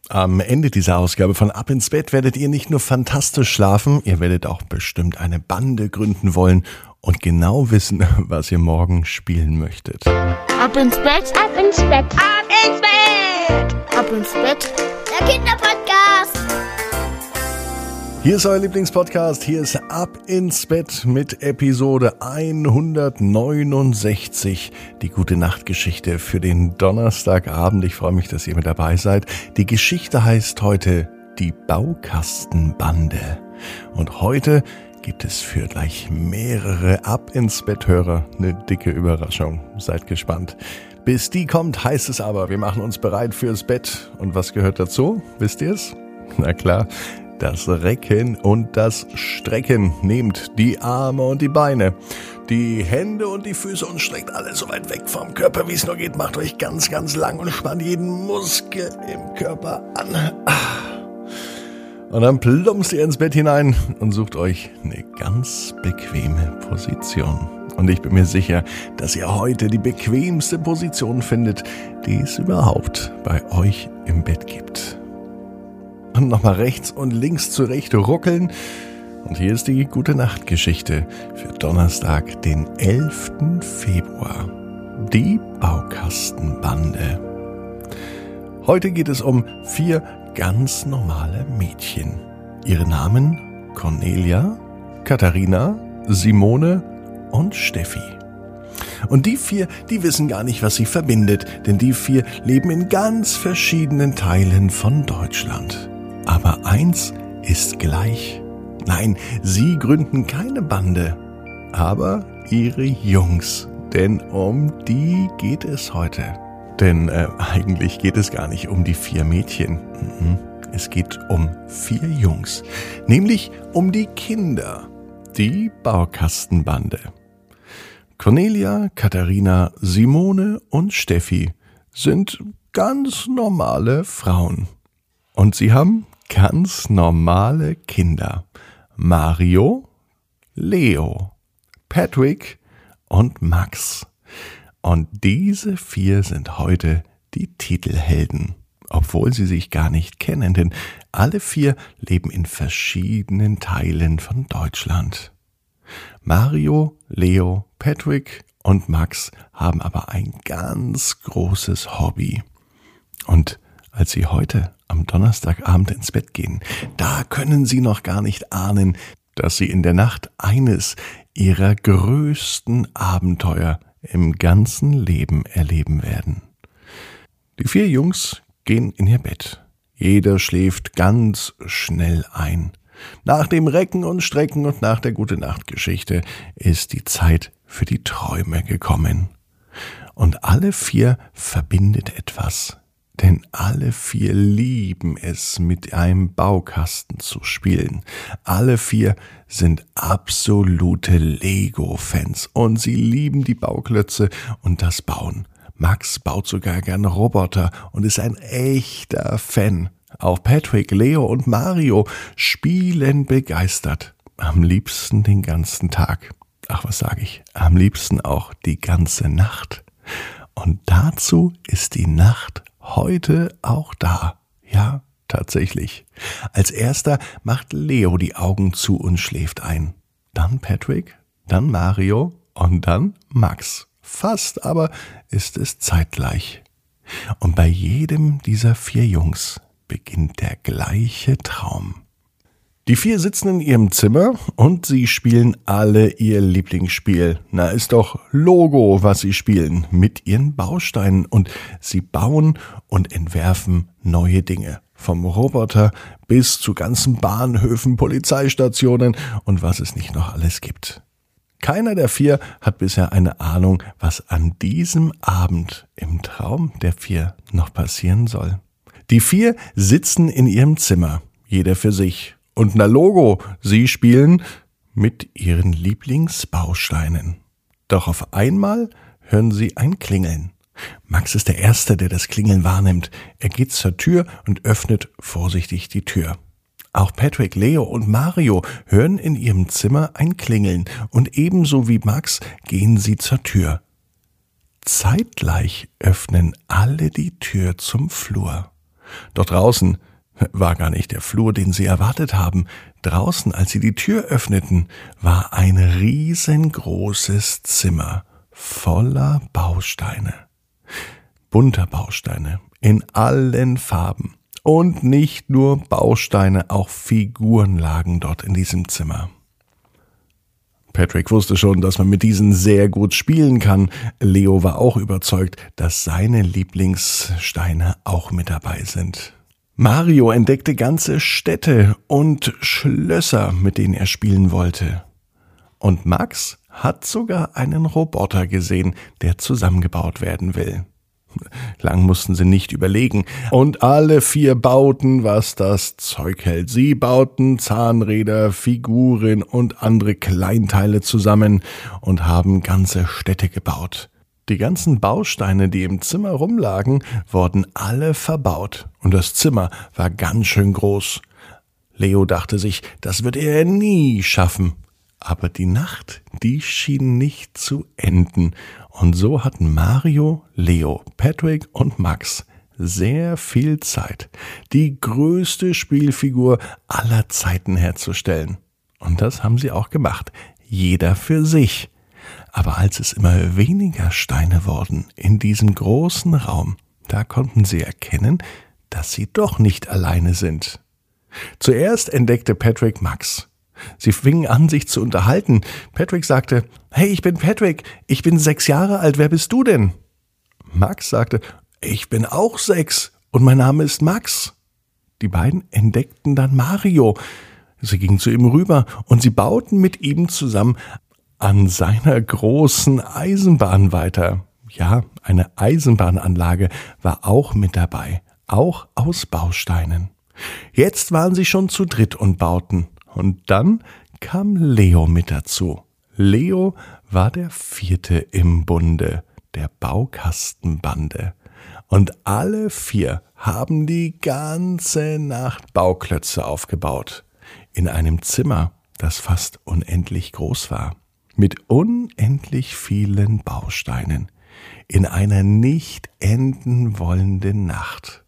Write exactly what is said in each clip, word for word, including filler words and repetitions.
Am Ende dieser Ausgabe von Ab ins Bett werdet ihr nicht nur fantastisch schlafen, ihr werdet auch bestimmt eine Bande gründen wollen und genau wissen, was ihr morgen spielen möchtet. Ab ins Bett, ab ins Bett, ab ins Bett, ab ins Bett, der Kinderpodcast. Hier ist euer Lieblingspodcast, hier ist Ab ins Bett mit Episode hundertneunundsechzig, die Gute-Nacht-Geschichte für den Donnerstagabend. Ich freue mich, dass ihr mit dabei seid. Die Geschichte heißt heute Die Baukastenbande. Und heute gibt es für gleich mehrere Ab ins Bett-Hörer eine dicke Überraschung. Seid gespannt. Bis die kommt, heißt es aber, wir machen uns bereit fürs Bett. Und was gehört dazu? Wisst ihr es? Na klar. Das Recken und das Strecken. Nehmt die Arme und die Beine, die Hände und die Füße und streckt alles so weit weg vom Körper, wie es nur geht. Macht euch ganz, ganz lang und spannt jeden Muskel im Körper an. Und dann plumpst ihr ins Bett hinein und sucht euch eine ganz bequeme Position. Und ich bin mir sicher, dass ihr heute die bequemste Position findet, die es überhaupt bei euch im Bett gibt. Und nochmal rechts und links zurecht ruckeln. Und hier ist die Gute-Nacht-Geschichte für Donnerstag, den elften Februar. Die Baukastenbande. Heute geht es um vier ganz normale Mädchen. Ihre Namen Cornelia, Katharina, Simone und Steffi. Und die vier, die wissen gar nicht, was sie verbindet, denn die vier leben in ganz verschiedenen Teilen von Deutschland. Aber eins ist gleich. Nein, sie gründen keine Bande, aber ihre Jungs, denn um die geht es heute. Denn äh, eigentlich geht es gar nicht um die vier Mädchen. Mhm. Es geht um vier Jungs, nämlich um die Kinder, die Baukastenbande. Cornelia, Katharina, Simone und Steffi sind ganz normale Frauen. Und sie haben ganz normale Kinder. Mario, Leo, Patrick und Max. Und diese vier sind heute die Titelhelden, obwohl sie sich gar nicht kennen, denn alle vier leben in verschiedenen Teilen von Deutschland. Mario, Leo, Patrick und Max haben aber ein ganz großes Hobby. Und als sie heute am Donnerstagabend ins Bett gehen, da können sie noch gar nicht ahnen, dass sie in der Nacht eines ihrer größten Abenteuer im ganzen Leben erleben werden. Die vier Jungs gehen in ihr Bett. Jeder schläft ganz schnell ein. Nach dem Recken und Strecken und nach der Gute-Nacht-Geschichte ist die Zeit für die Träume gekommen. Und alle vier verbindet etwas. Denn alle vier lieben es, mit einem Baukasten zu spielen. Alle vier sind absolute Lego-Fans und sie lieben die Bauklötze und das Bauen. Max baut sogar gerne Roboter und ist ein echter Fan. Auch Patrick, Leo und Mario spielen begeistert. Am liebsten den ganzen Tag. Ach, was sage ich? Am liebsten auch die ganze Nacht. Und dazu ist die Nacht heute auch da. Ja, tatsächlich. Als erster macht Leo die Augen zu und schläft ein. Dann Patrick, dann Mario und dann Max. Fast aber ist es zeitgleich. Und bei jedem dieser vier Jungs beginnt der gleiche Traum. Die vier sitzen in ihrem Zimmer und sie spielen alle ihr Lieblingsspiel. Na, ist doch Logo, was sie spielen, mit ihren Bausteinen. Und sie bauen und entwerfen neue Dinge. Vom Roboter bis zu ganzen Bahnhöfen, Polizeistationen und was es nicht noch alles gibt. Keiner der vier hat bisher eine Ahnung, was an diesem Abend im Traum der vier noch passieren soll. Die vier sitzen in ihrem Zimmer, jeder für sich. Und na Logo, sie spielen mit ihren Lieblingsbausteinen. Doch auf einmal hören sie ein Klingeln. Max ist der Erste, der das Klingeln wahrnimmt. Er geht zur Tür und öffnet vorsichtig die Tür. Auch Patrick, Leo und Mario hören in ihrem Zimmer ein Klingeln und ebenso wie Max gehen sie zur Tür. Zeitgleich öffnen alle die Tür zum Flur. Doch draußen war gar nicht der Flur, den sie erwartet haben. Draußen, als sie die Tür öffneten, war ein riesengroßes Zimmer voller Bausteine. Bunter Bausteine in allen Farben. Und nicht nur Bausteine, auch Figuren lagen dort in diesem Zimmer. Patrick wusste schon, dass man mit diesen sehr gut spielen kann. Leo war auch überzeugt, dass seine Lieblingssteine auch mit dabei sind. Mario entdeckte ganze Städte und Schlösser, mit denen er spielen wollte. Und Max hat sogar einen Roboter gesehen, der zusammengebaut werden will. Lang mussten sie nicht überlegen. Und alle vier bauten, was das Zeug hält. Sie bauten Zahnräder, Figuren und andere Kleinteile zusammen und haben ganze Städte gebaut. Die ganzen Bausteine, die im Zimmer rumlagen, wurden alle verbaut. Und das Zimmer war ganz schön groß. Leo dachte sich, das wird er nie schaffen. Aber die Nacht, die schien nicht zu enden. Und so hatten Mario, Leo, Patrick und Max sehr viel Zeit, die größte Spielfigur aller Zeiten herzustellen. Und das haben sie auch gemacht, jeder für sich. Aber als es immer weniger Steine wurden in diesem großen Raum, da konnten sie erkennen, dass sie doch nicht alleine sind. Zuerst entdeckte Patrick Max. Sie fingen an, sich zu unterhalten. Patrick sagte, hey, ich bin Patrick, ich bin sechs Jahre alt, wer bist du denn? Max sagte, ich bin auch sechs und mein Name ist Max. Die beiden entdeckten dann Mario. Sie gingen zu ihm rüber und sie bauten mit ihm zusammen an seiner großen Eisenbahn weiter. Ja, eine Eisenbahnanlage war auch mit dabei, auch aus Bausteinen. Jetzt waren sie schon zu dritt und bauten. Und dann kam Leo mit dazu. Leo war der vierte im Bunde, der Baukastenbande. Und alle vier haben die ganze Nacht Bauklötze aufgebaut. In einem Zimmer, das fast unendlich groß war. Mit unendlich vielen Bausteinen. In einer nicht enden wollenden Nacht.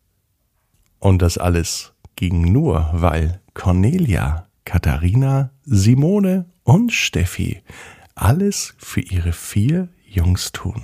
Und das alles ging nur, weil Cornelia, Katharina, Simone und Steffi alles für ihre vier Jungs tun.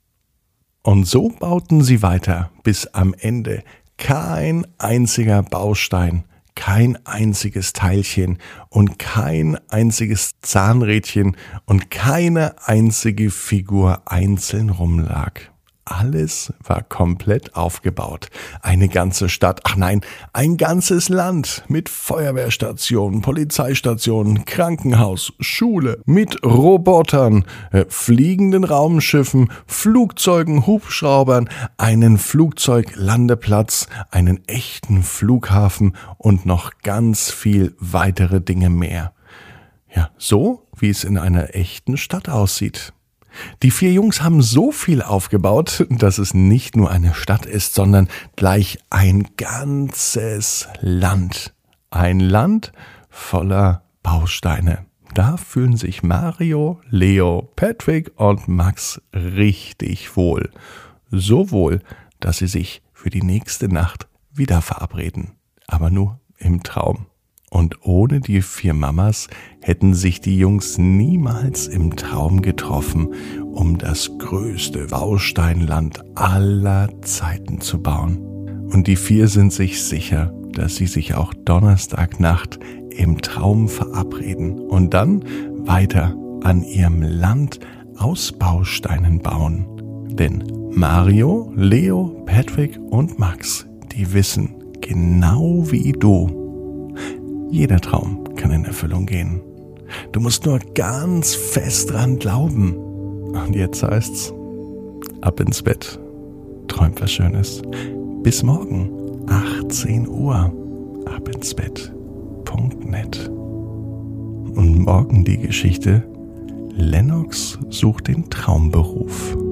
Und so bauten sie weiter, bis am Ende kein einziger Baustein, kein einziges Teilchen und kein einziges Zahnrädchen und keine einzige Figur einzeln rumlag. Alles war komplett aufgebaut. Eine ganze Stadt, ach nein, ein ganzes Land mit Feuerwehrstationen, Polizeistationen, Krankenhaus, Schule, mit Robotern, äh, fliegenden Raumschiffen, Flugzeugen, Hubschraubern, einen Flugzeuglandeplatz, einen echten Flughafen und noch ganz viel weitere Dinge mehr. Ja, so wie es in einer echten Stadt aussieht. Die vier Jungs haben so viel aufgebaut, dass es nicht nur eine Stadt ist, sondern gleich ein ganzes Land. Ein Land voller Bausteine. Da fühlen sich Mario, Leo, Patrick und Max richtig wohl. So wohl, dass sie sich für die nächste Nacht wieder verabreden. Aber nur im Traum. Und ohne die vier Mamas hätten sich die Jungs niemals im Traum getroffen, um das größte Bausteinland aller Zeiten zu bauen. Und die vier sind sich sicher, dass sie sich auch Donnerstagnacht im Traum verabreden und dann weiter an ihrem Land aus Bausteinen bauen. Denn Mario, Leo, Patrick und Max, die wissen genau wie du, jeder Traum kann in Erfüllung gehen. Du musst nur ganz fest dran glauben. Und jetzt heißt's, ab ins Bett. Träumt was Schönes. Bis morgen, achtzehn Uhr. Ab ins Bett. Punkt net. Und morgen die Geschichte, Lennox sucht den Traumberuf.